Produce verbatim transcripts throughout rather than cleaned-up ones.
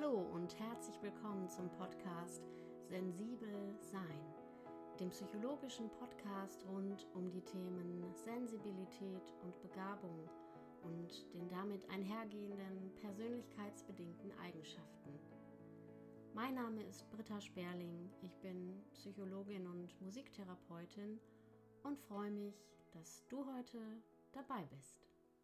Hallo und herzlich willkommen zum Podcast Sensibel Sein, dem psychologischen Podcast rund um die Themen Sensibilität und Begabung und den damit einhergehenden persönlichkeitsbedingten Eigenschaften. Mein Name ist Britta Sperling, ich bin Psychologin und Musiktherapeutin und freue mich, dass du heute dabei bist.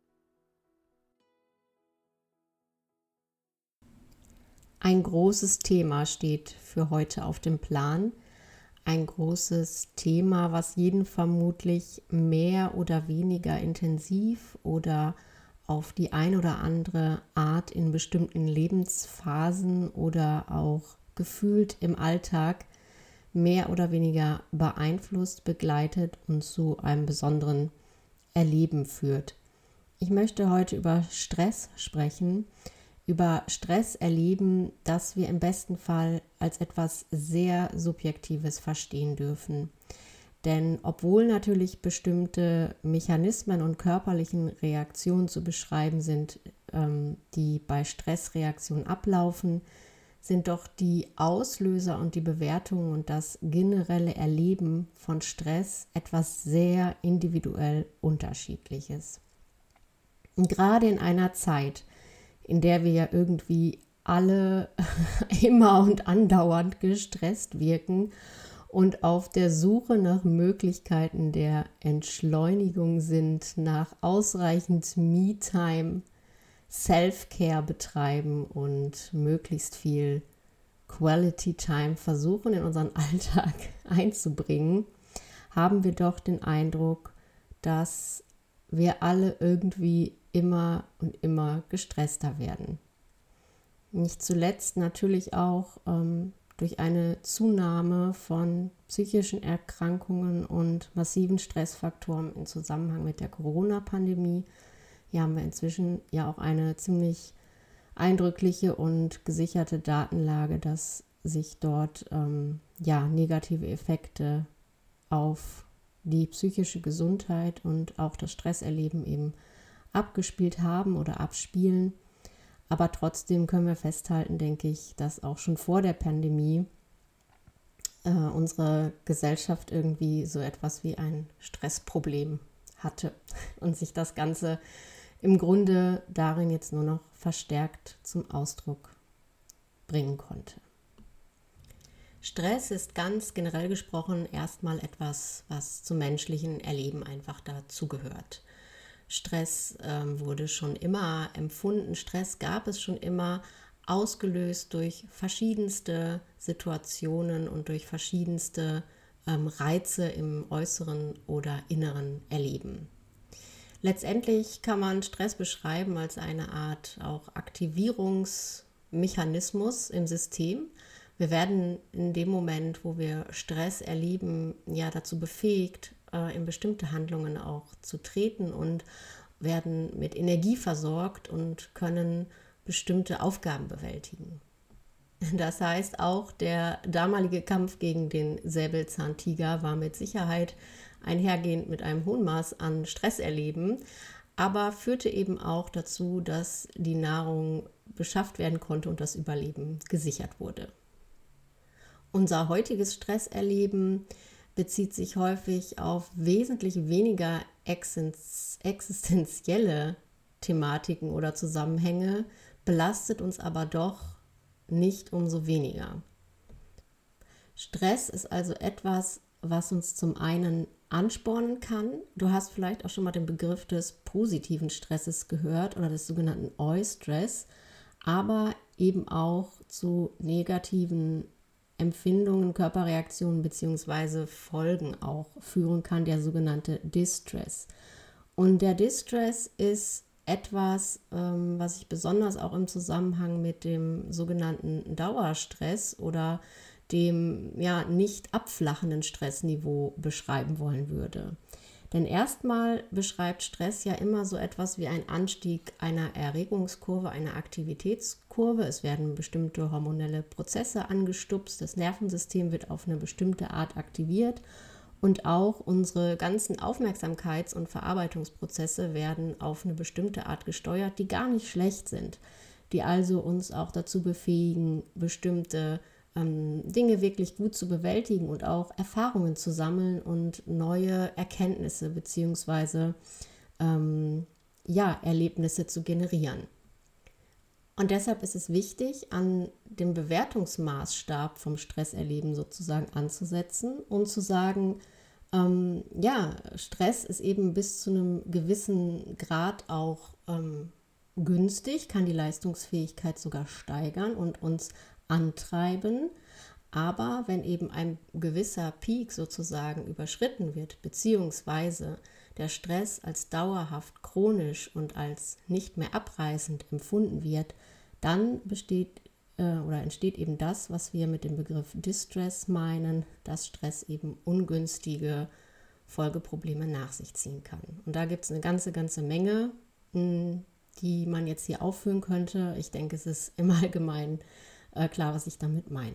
Ein großes Thema steht für heute auf dem Plan. Ein großes Thema, was jeden vermutlich mehr oder weniger intensiv oder auf die ein oder andere Art in bestimmten Lebensphasen oder auch gefühlt im Alltag mehr oder weniger beeinflusst, begleitet und zu einem besonderen Erleben führt. Ich möchte heute über Stress sprechen. Über Stress erleben, das wir im besten Fall als etwas sehr Subjektives verstehen dürfen. Denn obwohl natürlich bestimmte Mechanismen und körperlichen Reaktionen zu beschreiben sind, ähm, die bei Stressreaktionen ablaufen, sind doch die Auslöser und die Bewertung und das generelle Erleben von Stress etwas sehr individuell Unterschiedliches. Und gerade in einer Zeit, in der wir ja irgendwie alle immer und andauernd gestresst wirken und auf der Suche nach Möglichkeiten der Entschleunigung sind, nach ausreichend Me-Time, Self-Care betreiben und möglichst viel Quality-Time versuchen in unseren Alltag einzubringen, haben wir doch den Eindruck, dass wir alle irgendwie immer und immer gestresster werden. Nicht zuletzt natürlich auch ähm, durch eine Zunahme von psychischen Erkrankungen und massiven Stressfaktoren im Zusammenhang mit der Corona-Pandemie. Hier haben wir inzwischen ja auch eine ziemlich eindrückliche und gesicherte Datenlage, dass sich dort ähm, ja, negative Effekte auf die psychische Gesundheit und auch das Stresserleben eben abgespielt haben oder abspielen. Aber trotzdem können wir festhalten, denke ich, dass auch schon vor der Pandemie äh, unsere Gesellschaft irgendwie so etwas wie ein Stressproblem hatte und sich das Ganze im Grunde darin jetzt nur noch verstärkt zum Ausdruck bringen konnte. Stress ist ganz generell gesprochen erstmal etwas, was zum menschlichen Erleben einfach dazugehört. Stress ähm, wurde schon immer empfunden, Stress gab es schon immer, ausgelöst durch verschiedenste Situationen und durch verschiedenste ähm, Reize im äußeren oder inneren Erleben. Letztendlich kann man Stress beschreiben als eine Art auch Aktivierungsmechanismus im System. Wir werden in dem Moment, wo wir Stress erleben, ja dazu befähigt, in bestimmte Handlungen auch zu treten und werden mit Energie versorgt und können bestimmte Aufgaben bewältigen. Das heißt, auch der damalige Kampf gegen den Säbelzahntiger war mit Sicherheit einhergehend mit einem hohen Maß an Stresserleben, aber führte eben auch dazu, dass die Nahrung beschafft werden konnte und das Überleben gesichert wurde. Unser heutiges Stresserleben bezieht sich häufig auf wesentlich weniger existenzielle Thematiken oder Zusammenhänge, belastet uns aber doch nicht umso weniger. Stress ist also etwas, was uns zum einen anspornen kann. Du hast vielleicht auch schon mal den Begriff des positiven Stresses gehört oder des sogenannten Eustress, aber eben auch zu negativen Empfindungen, Körperreaktionen bzw. Folgen auch führen kann, der sogenannte Distress. Und der Distress ist etwas, ähm, was ich besonders auch im Zusammenhang mit dem sogenannten Dauerstress oder dem ja nicht abflachenden Stressniveau beschreiben wollen würde. Denn erstmal beschreibt Stress ja immer so etwas wie ein Anstieg einer Erregungskurve, einer Aktivitätskurve. Es werden bestimmte hormonelle Prozesse angestupst, das Nervensystem wird auf eine bestimmte Art aktiviert und auch unsere ganzen Aufmerksamkeits- und Verarbeitungsprozesse werden auf eine bestimmte Art gesteuert, die gar nicht schlecht sind. die also uns auch dazu befähigen, bestimmte ähm, Dinge wirklich gut zu bewältigen und auch Erfahrungen zu sammeln und neue Erkenntnisse bzw. Ähm, ja, Erlebnisse zu generieren. Und deshalb ist es wichtig, an dem Bewertungsmaßstab vom Stresserleben sozusagen anzusetzen und zu sagen, ähm, ja, Stress ist eben bis zu einem gewissen Grad auch ähm, günstig, kann die Leistungsfähigkeit sogar steigern und uns antreiben. Aber wenn eben ein gewisser Peak sozusagen überschritten wird, beziehungsweise der Stress als dauerhaft, chronisch und als nicht mehr abreißend empfunden wird, dann besteht äh, oder entsteht eben das, was wir mit dem Begriff Distress meinen, dass Stress eben ungünstige Folgeprobleme nach sich ziehen kann. Und da gibt es eine ganze, ganze Menge, mh, die man jetzt hier aufführen könnte. Ich denke, es ist im Allgemeinen äh, klar, was ich damit meine.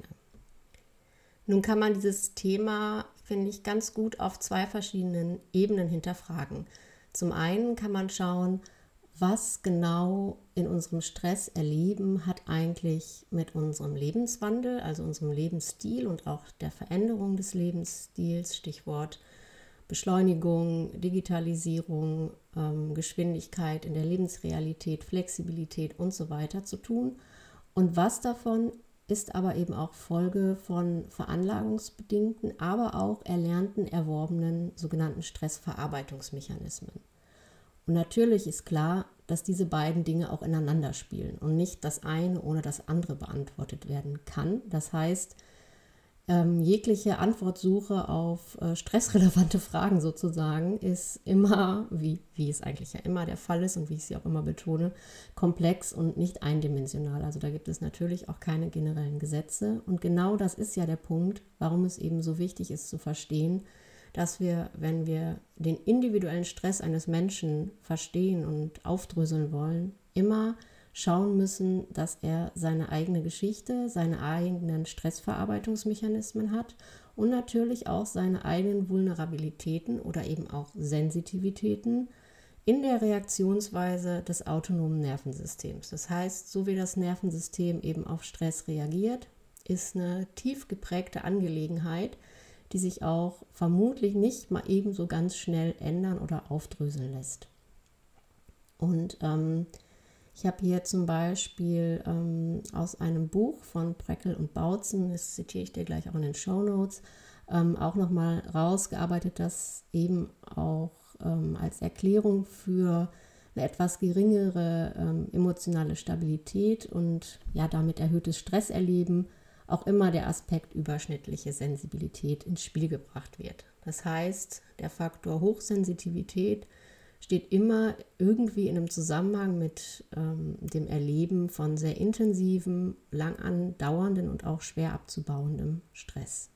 Nun kann man dieses Thema, finde ich, ganz gut auf zwei verschiedenen Ebenen hinterfragen. Zum einen kann man schauen, was genau in unserem Stresserleben hat eigentlich mit unserem Lebenswandel, also unserem Lebensstil und auch der Veränderung des Lebensstils, Stichwort Beschleunigung, Digitalisierung, ähm, Geschwindigkeit in der Lebensrealität, Flexibilität und so weiter zu tun. Und was davon ist aber eben auch Folge von veranlagungsbedingten, aber auch erlernten, erworbenen sogenannten Stressverarbeitungsmechanismen. Und natürlich ist klar, dass diese beiden Dinge auch ineinander spielen und nicht das eine ohne das andere beantwortet werden kann. Das heißt, ähm, jegliche Antwortsuche auf äh, stressrelevante Fragen sozusagen ist immer, wie, wie es eigentlich ja immer der Fall ist und wie ich sie auch immer betone, komplex und nicht eindimensional. Also da gibt es natürlich auch keine generellen Gesetze. Und genau das ist ja der Punkt, warum es eben so wichtig ist zu verstehen, dass wir, wenn wir den individuellen Stress eines Menschen verstehen und aufdröseln wollen, immer schauen müssen, dass er seine eigene Geschichte, seine eigenen Stressverarbeitungsmechanismen hat und natürlich auch seine eigenen Vulnerabilitäten oder eben auch Sensitivitäten in der Reaktionsweise des autonomen Nervensystems. Das heißt, so wie das Nervensystem eben auf Stress reagiert, ist eine tief geprägte Angelegenheit, die sich auch vermutlich nicht mal ebenso ganz schnell ändern oder aufdröseln lässt. Und ähm, ich habe hier zum Beispiel ähm, aus einem Buch von Breckel und Bautzen, das zitiere ich dir gleich auch in den Shownotes, ähm, auch nochmal rausgearbeitet, dass eben auch ähm, als Erklärung für eine etwas geringere ähm, emotionale Stabilität und ja damit erhöhtes Stresserleben auch immer der Aspekt überschnittliche Sensibilität ins Spiel gebracht wird. Das heißt, der Faktor Hochsensitivität steht immer irgendwie in einem Zusammenhang mit ähm, dem Erleben von sehr intensivem, lang andauernden und auch schwer abzubauendem Stress.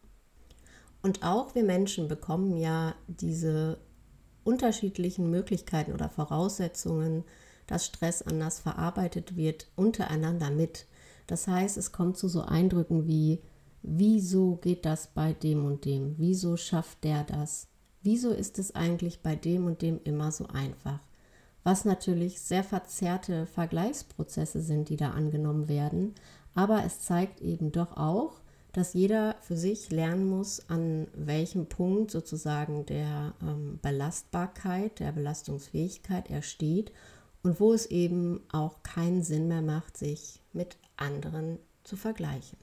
Und auch wir Menschen bekommen ja diese unterschiedlichen Möglichkeiten oder Voraussetzungen, dass Stress anders verarbeitet wird, untereinander mit. Das heißt, es kommt zu so Eindrücken wie, wieso geht das bei dem und dem? Wieso schafft der das? Wieso ist es eigentlich bei dem und dem immer so einfach? Was natürlich sehr verzerrte Vergleichsprozesse sind, die da angenommen werden. Aber es zeigt eben doch auch, dass jeder für sich lernen muss, an welchem Punkt sozusagen der ähm, Belastbarkeit, der Belastungsfähigkeit er steht und wo es eben auch keinen Sinn mehr macht, sich mit anderen zu vergleichen.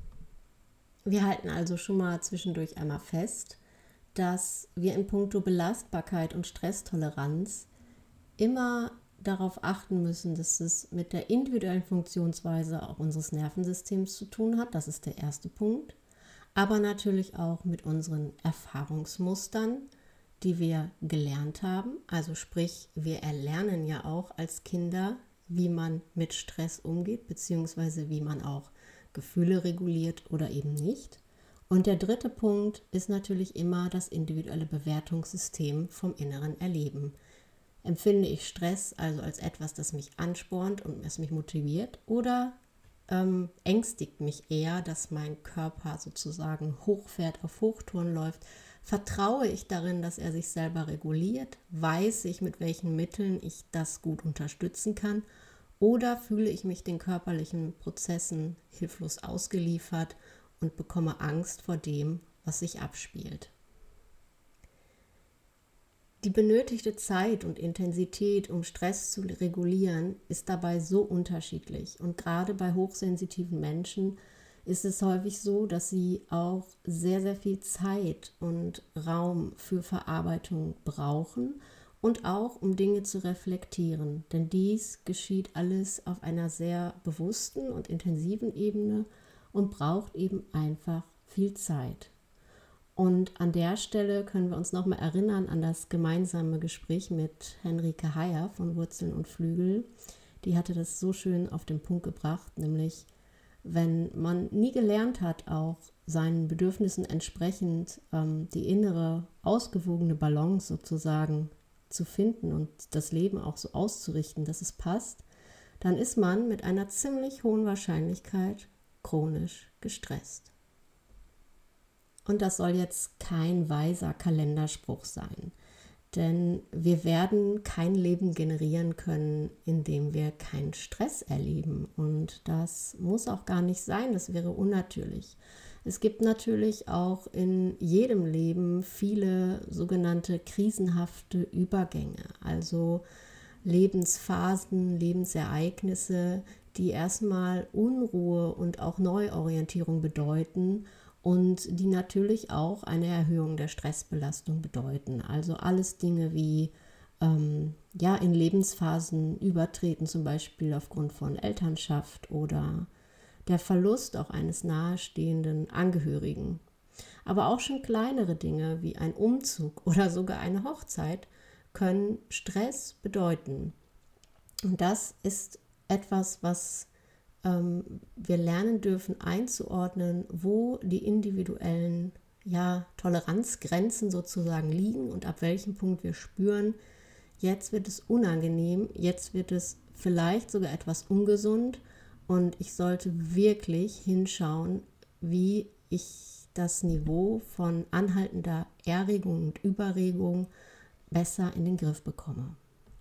Wir halten also schon mal zwischendurch einmal fest, dass wir in puncto Belastbarkeit und Stresstoleranz immer darauf achten müssen, dass es mit der individuellen Funktionsweise auch unseres Nervensystems zu tun hat. Das ist der erste Punkt. Aber natürlich auch mit unseren Erfahrungsmustern, die wir gelernt haben. Also sprich, wir erlernen ja auch als Kinder, wie man mit Stress umgeht, beziehungsweise wie man auch Gefühle reguliert oder eben nicht. Und der dritte Punkt ist natürlich immer das individuelle Bewertungssystem vom inneren Erleben. Empfinde ich Stress also als etwas, das mich anspornt und es mich motiviert, oder ähm, ängstigt mich eher, dass mein Körper sozusagen hochfährt, auf Hochtouren läuft? Vertraue ich darin, dass er sich selber reguliert? Weiß ich, mit welchen Mitteln ich das gut unterstützen kann? Oder fühle ich mich den körperlichen Prozessen hilflos ausgeliefert und bekomme Angst vor dem, was sich abspielt? Die benötigte Zeit und Intensität, um Stress zu regulieren, ist dabei so unterschiedlich. Und gerade bei hochsensitiven Menschen ist es häufig so, dass sie auch sehr, sehr viel Zeit und Raum für Verarbeitung brauchen und auch um Dinge zu reflektieren. Denn dies geschieht alles auf einer sehr bewussten und intensiven Ebene und braucht eben einfach viel Zeit. Und an der Stelle können wir uns nochmal erinnern an das gemeinsame Gespräch mit Henrike Heyer von Wurzeln und Flügel. Die hatte das so schön auf den Punkt gebracht, nämlich wenn man nie gelernt hat, auch seinen Bedürfnissen entsprechend ähm, die innere, ausgewogene Balance sozusagen zu finden und das Leben auch so auszurichten, dass es passt, dann ist man mit einer ziemlich hohen Wahrscheinlichkeit chronisch gestresst. Und das soll jetzt kein weiser Kalenderspruch sein, denn wir werden kein Leben generieren können, in dem wir keinen Stress erleben. Und das muss auch gar nicht sein, das wäre unnatürlich. Es gibt natürlich auch in jedem Leben viele sogenannte krisenhafte Übergänge, also Lebensphasen, Lebensereignisse, die erstmal Unruhe und auch Neuorientierung bedeuten und die natürlich auch eine Erhöhung der Stressbelastung bedeuten. Also alles Dinge wie ähm, ja, in Lebensphasen übertreten, zum Beispiel aufgrund von Elternschaft oder der Verlust auch eines nahestehenden Angehörigen. Aber auch schon kleinere Dinge wie ein Umzug oder sogar eine Hochzeit können Stress bedeuten. Und das ist etwas, was ähm, wir lernen dürfen einzuordnen, wo die individuellen ja, Toleranzgrenzen sozusagen liegen und ab welchem Punkt wir spüren, jetzt wird es unangenehm, jetzt wird es vielleicht sogar etwas ungesund und ich sollte wirklich hinschauen, wie ich das Niveau von anhaltender Erregung und Überregung besser in den Griff bekomme.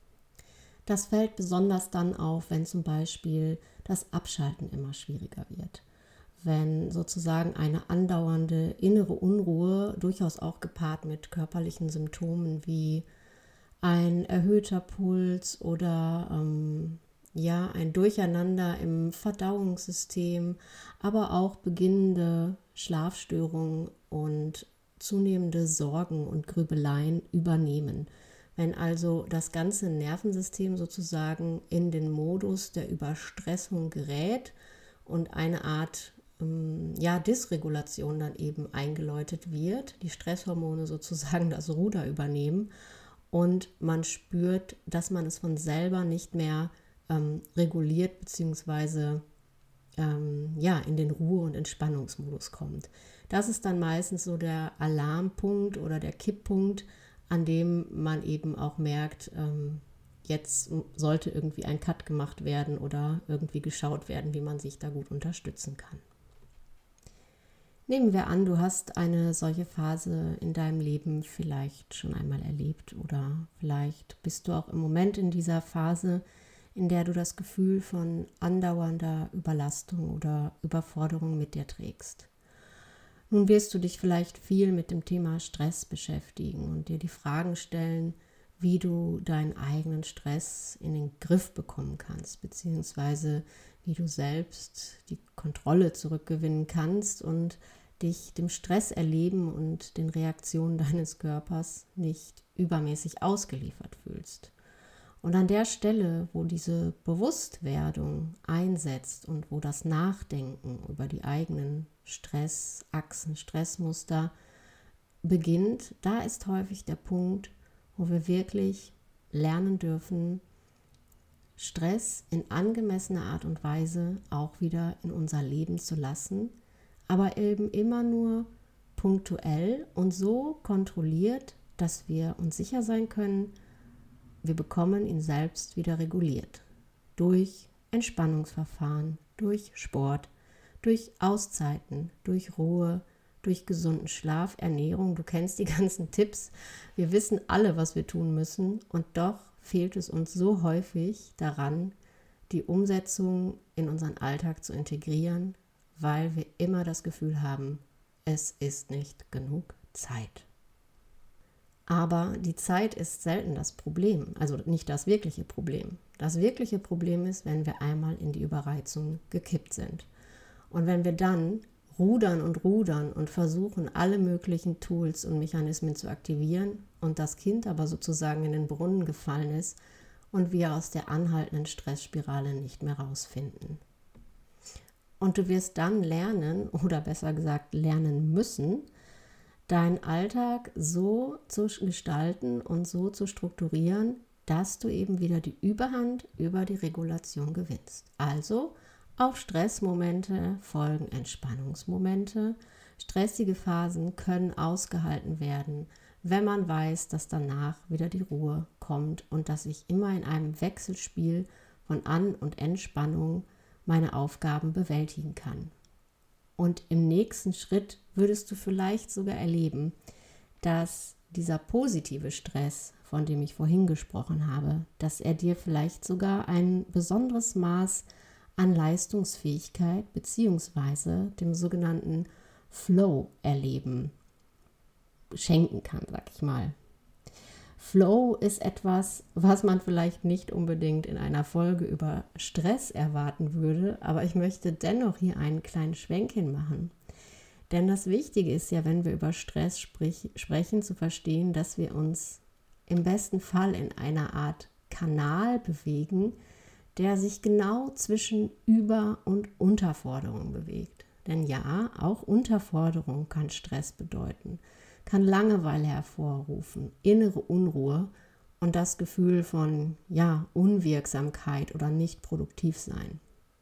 Das fällt besonders dann auf, wenn zum Beispiel das Abschalten immer schwieriger wird. Wenn sozusagen eine andauernde innere Unruhe, durchaus auch gepaart mit körperlichen Symptomen wie ein erhöhter Puls oder ähm, ja, ein Durcheinander im Verdauungssystem, aber auch beginnende Schlafstörungen und zunehmende Sorgen und Grübeleien übernehmen. Wenn also das ganze Nervensystem sozusagen in den Modus der Überstressung gerät und eine Art ähm, ja, Dysregulation dann eben eingeläutet wird, die Stresshormone sozusagen das Ruder übernehmen und man spürt, dass man es von selber nicht mehr ähm, reguliert bzw. Ähm, ja, in den Ruhe- und Entspannungsmodus kommt. Das ist dann meistens so der Alarmpunkt oder der Kipppunkt, an dem man eben auch merkt, ähm, jetzt sollte irgendwie ein Cut gemacht werden oder irgendwie geschaut werden, wie man sich da gut unterstützen kann. Nehmen wir an, du hast eine solche Phase in deinem Leben vielleicht schon einmal erlebt oder vielleicht bist du auch im Moment in dieser Phase, in der du das Gefühl von andauernder Überlastung oder Überforderung mit dir trägst. Nun wirst du dich vielleicht viel mit dem Thema Stress beschäftigen und dir die Fragen stellen, wie du deinen eigenen Stress in den Griff bekommen kannst, beziehungsweise wie du selbst die Kontrolle zurückgewinnen kannst und dich dem Stress erleben und den Reaktionen deines Körpers nicht übermäßig ausgeliefert fühlst. Und an der Stelle, wo diese Bewusstwerdung einsetzt und wo das Nachdenken über die eigenen Stressachsen, Stressmuster beginnt, da ist häufig der Punkt, wo wir wirklich lernen dürfen, Stress in angemessener Art und Weise auch wieder in unser Leben zu lassen, aber eben immer nur punktuell und so kontrolliert, dass wir uns sicher sein können, wir bekommen ihn selbst wieder reguliert. Durch Entspannungsverfahren, durch Sport, durch Auszeiten, durch Ruhe, durch gesunden Schlaf, Ernährung. Du kennst die ganzen Tipps. Wir wissen alle, was wir tun müssen und doch fehlt es uns so häufig daran, die Umsetzung in unseren Alltag zu integrieren, weil wir immer das Gefühl haben, es ist nicht genug Zeit. Aber die Zeit ist selten das Problem, also nicht das wirkliche Problem. Das wirkliche Problem ist, wenn wir einmal in die Überreizung gekippt sind. Und wenn wir dann rudern und rudern und versuchen, alle möglichen Tools und Mechanismen zu aktivieren und das Kind aber sozusagen in den Brunnen gefallen ist und wir aus der anhaltenden Stressspirale nicht mehr rausfinden. Und du wirst dann lernen, oder besser gesagt lernen müssen, deinen Alltag so zu gestalten und so zu strukturieren, dass du eben wieder die Überhand über die Regulation gewinnst. Also auf Stressmomente folgen Entspannungsmomente. Stressige Phasen können ausgehalten werden, wenn man weiß, dass danach wieder die Ruhe kommt und dass ich immer in einem Wechselspiel von An- und Entspannung meine Aufgaben bewältigen kann. Und im nächsten Schritt würdest du vielleicht sogar erleben, dass dieser positive Stress, von dem ich vorhin gesprochen habe, dass er dir vielleicht sogar ein besonderes Maß an Leistungsfähigkeit bzw. dem sogenannten Flow-Erleben schenken kann, sag ich mal. Flow ist etwas, was man vielleicht nicht unbedingt in einer Folge über Stress erwarten würde, aber ich möchte dennoch hier einen kleinen Schwenk hinmachen. Denn das Wichtige ist ja, wenn wir über Stress sprich, sprechen, zu verstehen, dass wir uns im besten Fall in einer Art Kanal bewegen, der sich genau zwischen Über- und Unterforderung bewegt. Denn ja, auch Unterforderung kann Stress bedeuten, kann Langeweile hervorrufen, innere Unruhe und das Gefühl von ja, Unwirksamkeit oder nicht produktiv sein.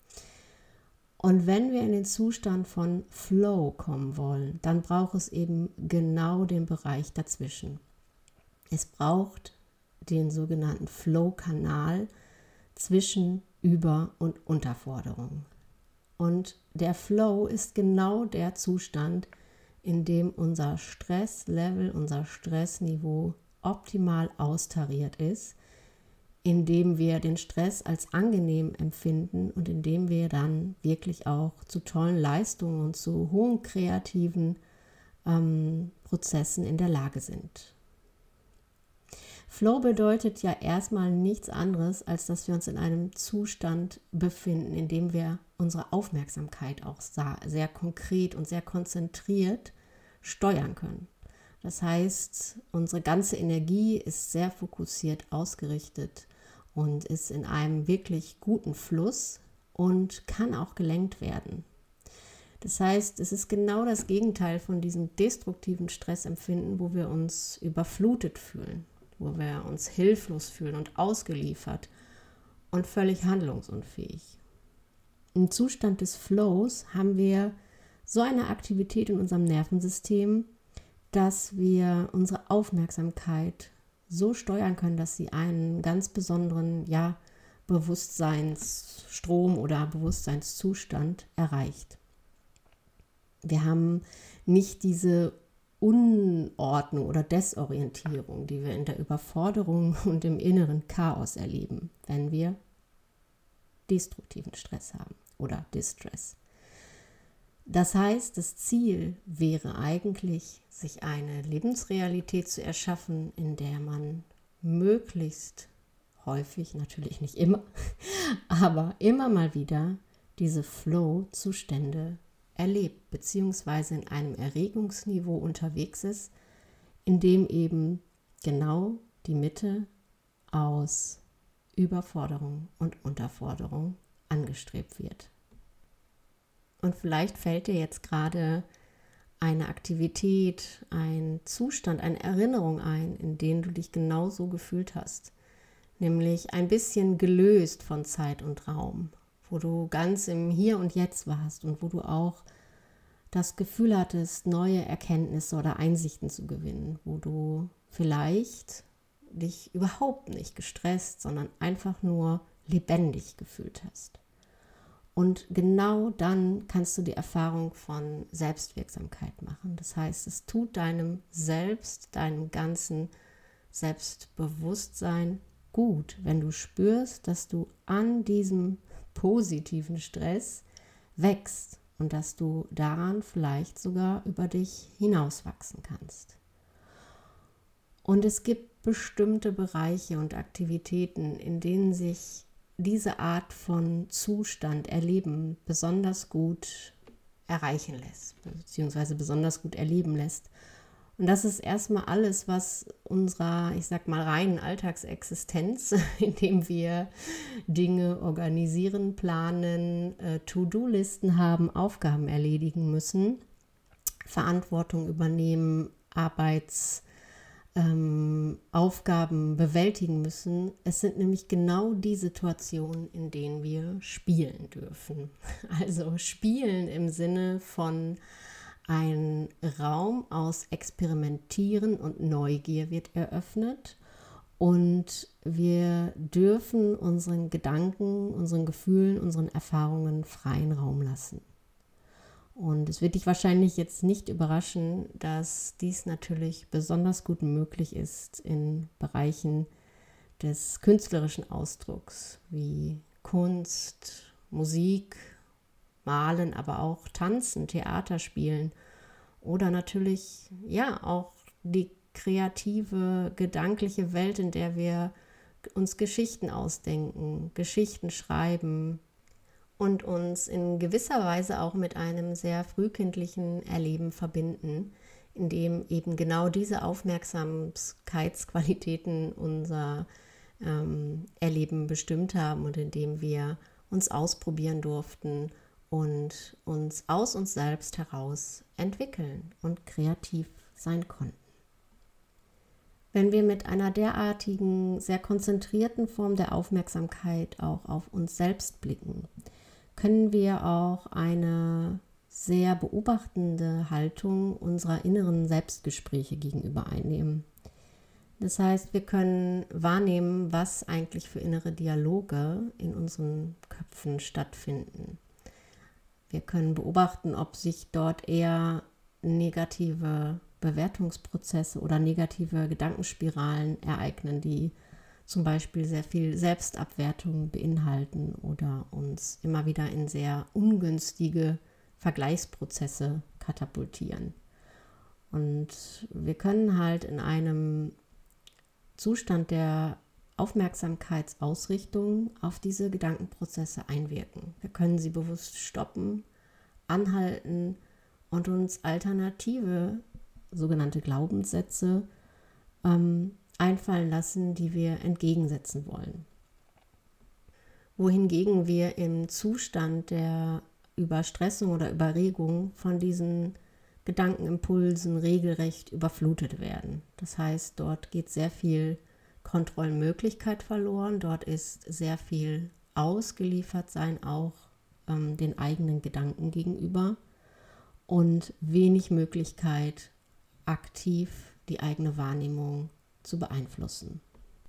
Und wenn wir in den Zustand von Flow kommen wollen, dann braucht es eben genau den Bereich dazwischen. Es braucht den sogenannten Flow-Kanal zwischen Über- und Unterforderung. Und der Flow ist genau der Zustand, in dem unser Stresslevel, unser Stressniveau optimal austariert ist, in dem wir den Stress als angenehm empfinden und in dem wir dann wirklich auch zu tollen Leistungen und zu hohen kreativen ähm, Prozessen in der Lage sind. Flow bedeutet ja erstmal nichts anderes, als dass wir uns in einem Zustand befinden, in dem wir unsere Aufmerksamkeit auch sehr konkret und sehr konzentriert steuern können. Das heißt, unsere ganze Energie ist sehr fokussiert ausgerichtet und ist in einem wirklich guten Fluss und kann auch gelenkt werden. Das heißt, es ist genau das Gegenteil von diesem destruktiven Stressempfinden, wo wir uns überflutet fühlen, wo wir uns hilflos fühlen und ausgeliefert und völlig handlungsunfähig. Im Zustand des Flows haben wir so eine Aktivität in unserem Nervensystem, dass wir unsere Aufmerksamkeit so steuern können, dass sie einen ganz besonderen ja, Bewusstseinsstrom oder Bewusstseinszustand erreicht. Wir haben nicht diese Unordnung oder Desorientierung, die wir in der Überforderung und im inneren Chaos erleben, wenn wir destruktiven Stress haben oder Distress. Das heißt, das Ziel wäre eigentlich, sich eine Lebensrealität zu erschaffen, in der man möglichst häufig, natürlich nicht immer, aber immer mal wieder diese Flow-Zustände erlebt, beziehungsweise in einem Erregungsniveau unterwegs ist, in dem eben genau die Mitte aus Überforderung und Unterforderung angestrebt wird. Und vielleicht fällt dir jetzt gerade eine Aktivität, ein Zustand, eine Erinnerung ein, in dem du dich genau so gefühlt hast. Nämlich ein bisschen gelöst von Zeit und Raum, wo du ganz im Hier und Jetzt warst und wo du auch das Gefühl hattest, neue Erkenntnisse oder Einsichten zu gewinnen, wo du vielleicht dich überhaupt nicht gestresst, sondern einfach nur lebendig gefühlt hast. Und genau dann kannst du die Erfahrung von Selbstwirksamkeit machen. Das heißt, es tut deinem Selbst, deinem ganzen Selbstbewusstsein gut, wenn du spürst, dass du an diesem positiven Stress wächst und dass du daran vielleicht sogar über dich hinauswachsen kannst. Und es gibt bestimmte Bereiche und Aktivitäten, in denen sich diese Art von Zustand, Erleben besonders gut erreichen lässt, beziehungsweise besonders gut erleben lässt. Und das ist erstmal alles, was unserer, ich sag mal, reinen Alltagsexistenz, indem wir Dinge organisieren, planen, äh, To-Do-Listen haben, Aufgaben erledigen müssen, Verantwortung übernehmen, Arbeits ähm, Aufgaben bewältigen müssen. Es sind nämlich genau die Situationen, in denen wir spielen dürfen. Also spielen im Sinne von ein Raum aus Experimentieren und Neugier wird eröffnet und wir dürfen unseren Gedanken, unseren Gefühlen, unseren Erfahrungen freien Raum lassen. Und es wird dich wahrscheinlich jetzt nicht überraschen, dass dies natürlich besonders gut möglich ist in Bereichen des künstlerischen Ausdrucks wie Kunst, Musik, Malen, aber auch Tanzen, Theater spielen oder natürlich ja auch die kreative, gedankliche Welt, in der wir uns Geschichten ausdenken, Geschichten schreiben und uns in gewisser Weise auch mit einem sehr frühkindlichen Erleben verbinden, in dem eben genau diese Aufmerksamkeitsqualitäten unser ähm, Erleben bestimmt haben und in dem wir uns ausprobieren durften und uns aus uns selbst heraus entwickeln und kreativ sein konnten. Wenn wir mit einer derartigen, sehr konzentrierten Form der Aufmerksamkeit auch auf uns selbst blicken, können wir auch eine sehr beobachtende Haltung unserer inneren Selbstgespräche gegenüber einnehmen. Das heißt, wir können wahrnehmen, was eigentlich für innere Dialoge in unseren Köpfen stattfinden. Wir können beobachten, ob sich dort eher negative Bewertungsprozesse oder negative Gedankenspiralen ereignen, die zum Beispiel sehr viel Selbstabwertung beinhalten oder uns immer wieder in sehr ungünstige Vergleichsprozesse katapultieren. Und wir können halt in einem Zustand der Aufmerksamkeitsausrichtung auf diese Gedankenprozesse einwirken. Wir können sie bewusst stoppen, anhalten und uns alternative, sogenannte Glaubenssätze ähm, einfallen lassen, die wir entgegensetzen wollen. Wohingegen wir im Zustand der Überstressung oder Überregung von diesen Gedankenimpulsen regelrecht überflutet werden. Das heißt, dort geht sehr viel Kontrollmöglichkeit verloren, dort ist sehr viel ausgeliefert sein, auch ähm, den eigenen Gedanken gegenüber und wenig Möglichkeit, aktiv die eigene Wahrnehmung zu beeinflussen.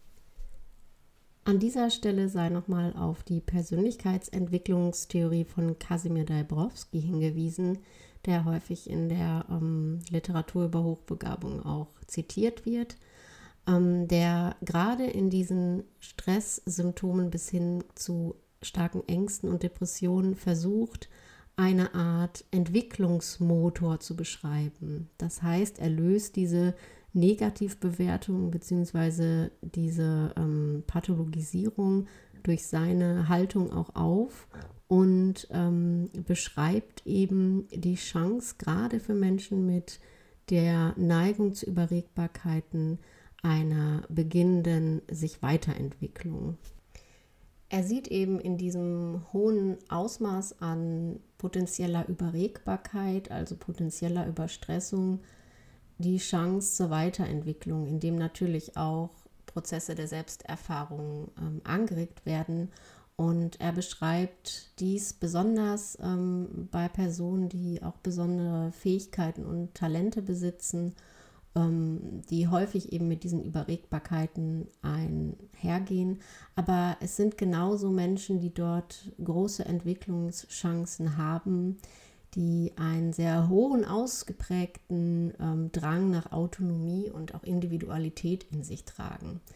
An dieser Stelle sei nochmal auf die Persönlichkeitsentwicklungstheorie von Kasimir Dabrowski hingewiesen, der häufig in der ähm, Literatur über Hochbegabung auch zitiert wird, ähm, der gerade in diesen Stresssymptomen bis hin zu starken Ängsten und Depressionen versucht, eine Art Entwicklungsmotor zu beschreiben. Das heißt, er löst diese Negativbewertung bzw. diese ähm, Pathologisierung durch seine Haltung auch auf und ähm, beschreibt eben die Chance, gerade für Menschen mit der Neigung zu Überregbarkeiten, einer beginnenden sich Weiterentwicklung. Er sieht eben in diesem hohen Ausmaß an potenzieller Überregbarkeit, also potenzieller Überstressung, die Chance zur Weiterentwicklung, indem natürlich auch Prozesse der Selbsterfahrung ähm, angeregt werden. Und er beschreibt dies besonders ähm, bei Personen, die auch besondere Fähigkeiten und Talente besitzen, ähm, die häufig eben mit diesen Überregbarkeiten einhergehen. Aber es sind genauso Menschen, die dort große Entwicklungschancen haben, die einen sehr hohen, ausgeprägten ähm, Drang nach Autonomie und auch Individualität in sich tragen.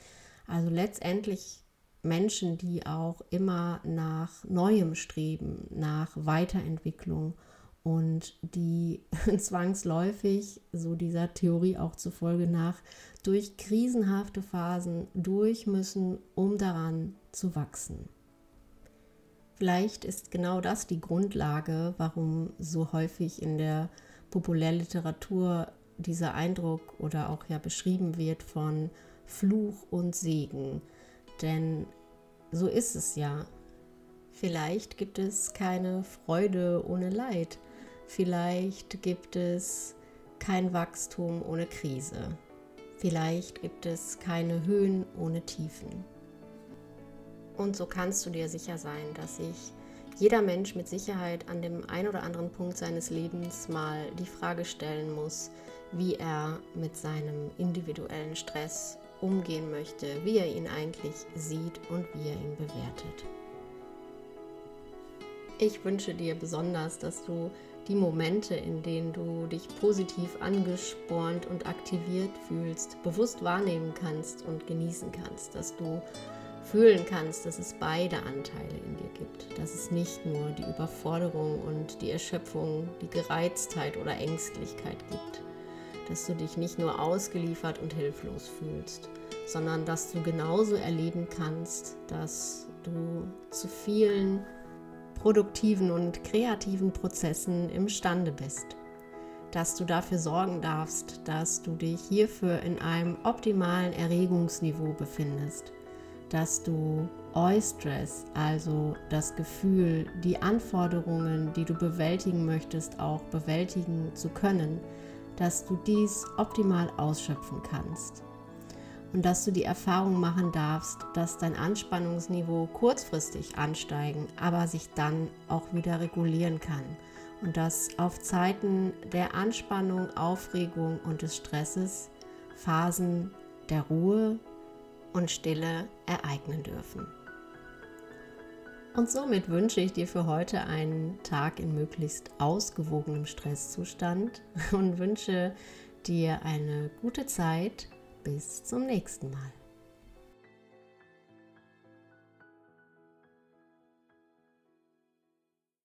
Also letztendlich Menschen, die auch immer nach Neuem streben, nach Weiterentwicklung und die zwangsläufig, so dieser Theorie auch zufolge nach, durch krisenhafte Phasen durch müssen, um daran zu wachsen. Vielleicht ist genau das die Grundlage, warum so häufig in der Populärliteratur dieser Eindruck oder auch ja beschrieben wird von Fluch und Segen. Denn so ist es ja. Vielleicht gibt es keine Freude ohne Leid. Vielleicht gibt es kein Wachstum ohne Krise. Vielleicht gibt es keine Höhen ohne Tiefen. Und so kannst du dir sicher sein, dass sich jeder Mensch mit Sicherheit an dem einen oder anderen Punkt seines Lebens mal die Frage stellen muss, wie er mit seinem individuellen Stress umgehen möchte, wie er ihn eigentlich sieht und wie er ihn bewertet. Ich wünsche dir besonders, dass du die Momente, in denen du dich positiv angespornt und aktiviert fühlst, bewusst wahrnehmen kannst und genießen kannst, dass du fühlen kannst, dass es beide Anteile in dir gibt, dass es nicht nur die Überforderung und die Erschöpfung, die Gereiztheit oder Ängstlichkeit gibt, dass du dich nicht nur ausgeliefert und hilflos fühlst, sondern dass du genauso erleben kannst, dass du zu vielen produktiven und kreativen Prozessen imstande bist, dass du dafür sorgen darfst, dass du dich hierfür in einem optimalen Erregungsniveau befindest, dass du Eustress, also das Gefühl, die Anforderungen, die du bewältigen möchtest, auch bewältigen zu können, dass du dies optimal ausschöpfen kannst. Und dass du die Erfahrung machen darfst, dass dein Anspannungsniveau kurzfristig ansteigen, aber sich dann auch wieder regulieren kann. Und dass auf Zeiten der Anspannung, Aufregung und des Stresses Phasen der Ruhe und Stille ereignen dürfen. Und somit wünsche ich dir für heute einen Tag in möglichst ausgewogenem Stresszustand und wünsche dir eine gute Zeit. Bis zum nächsten Mal.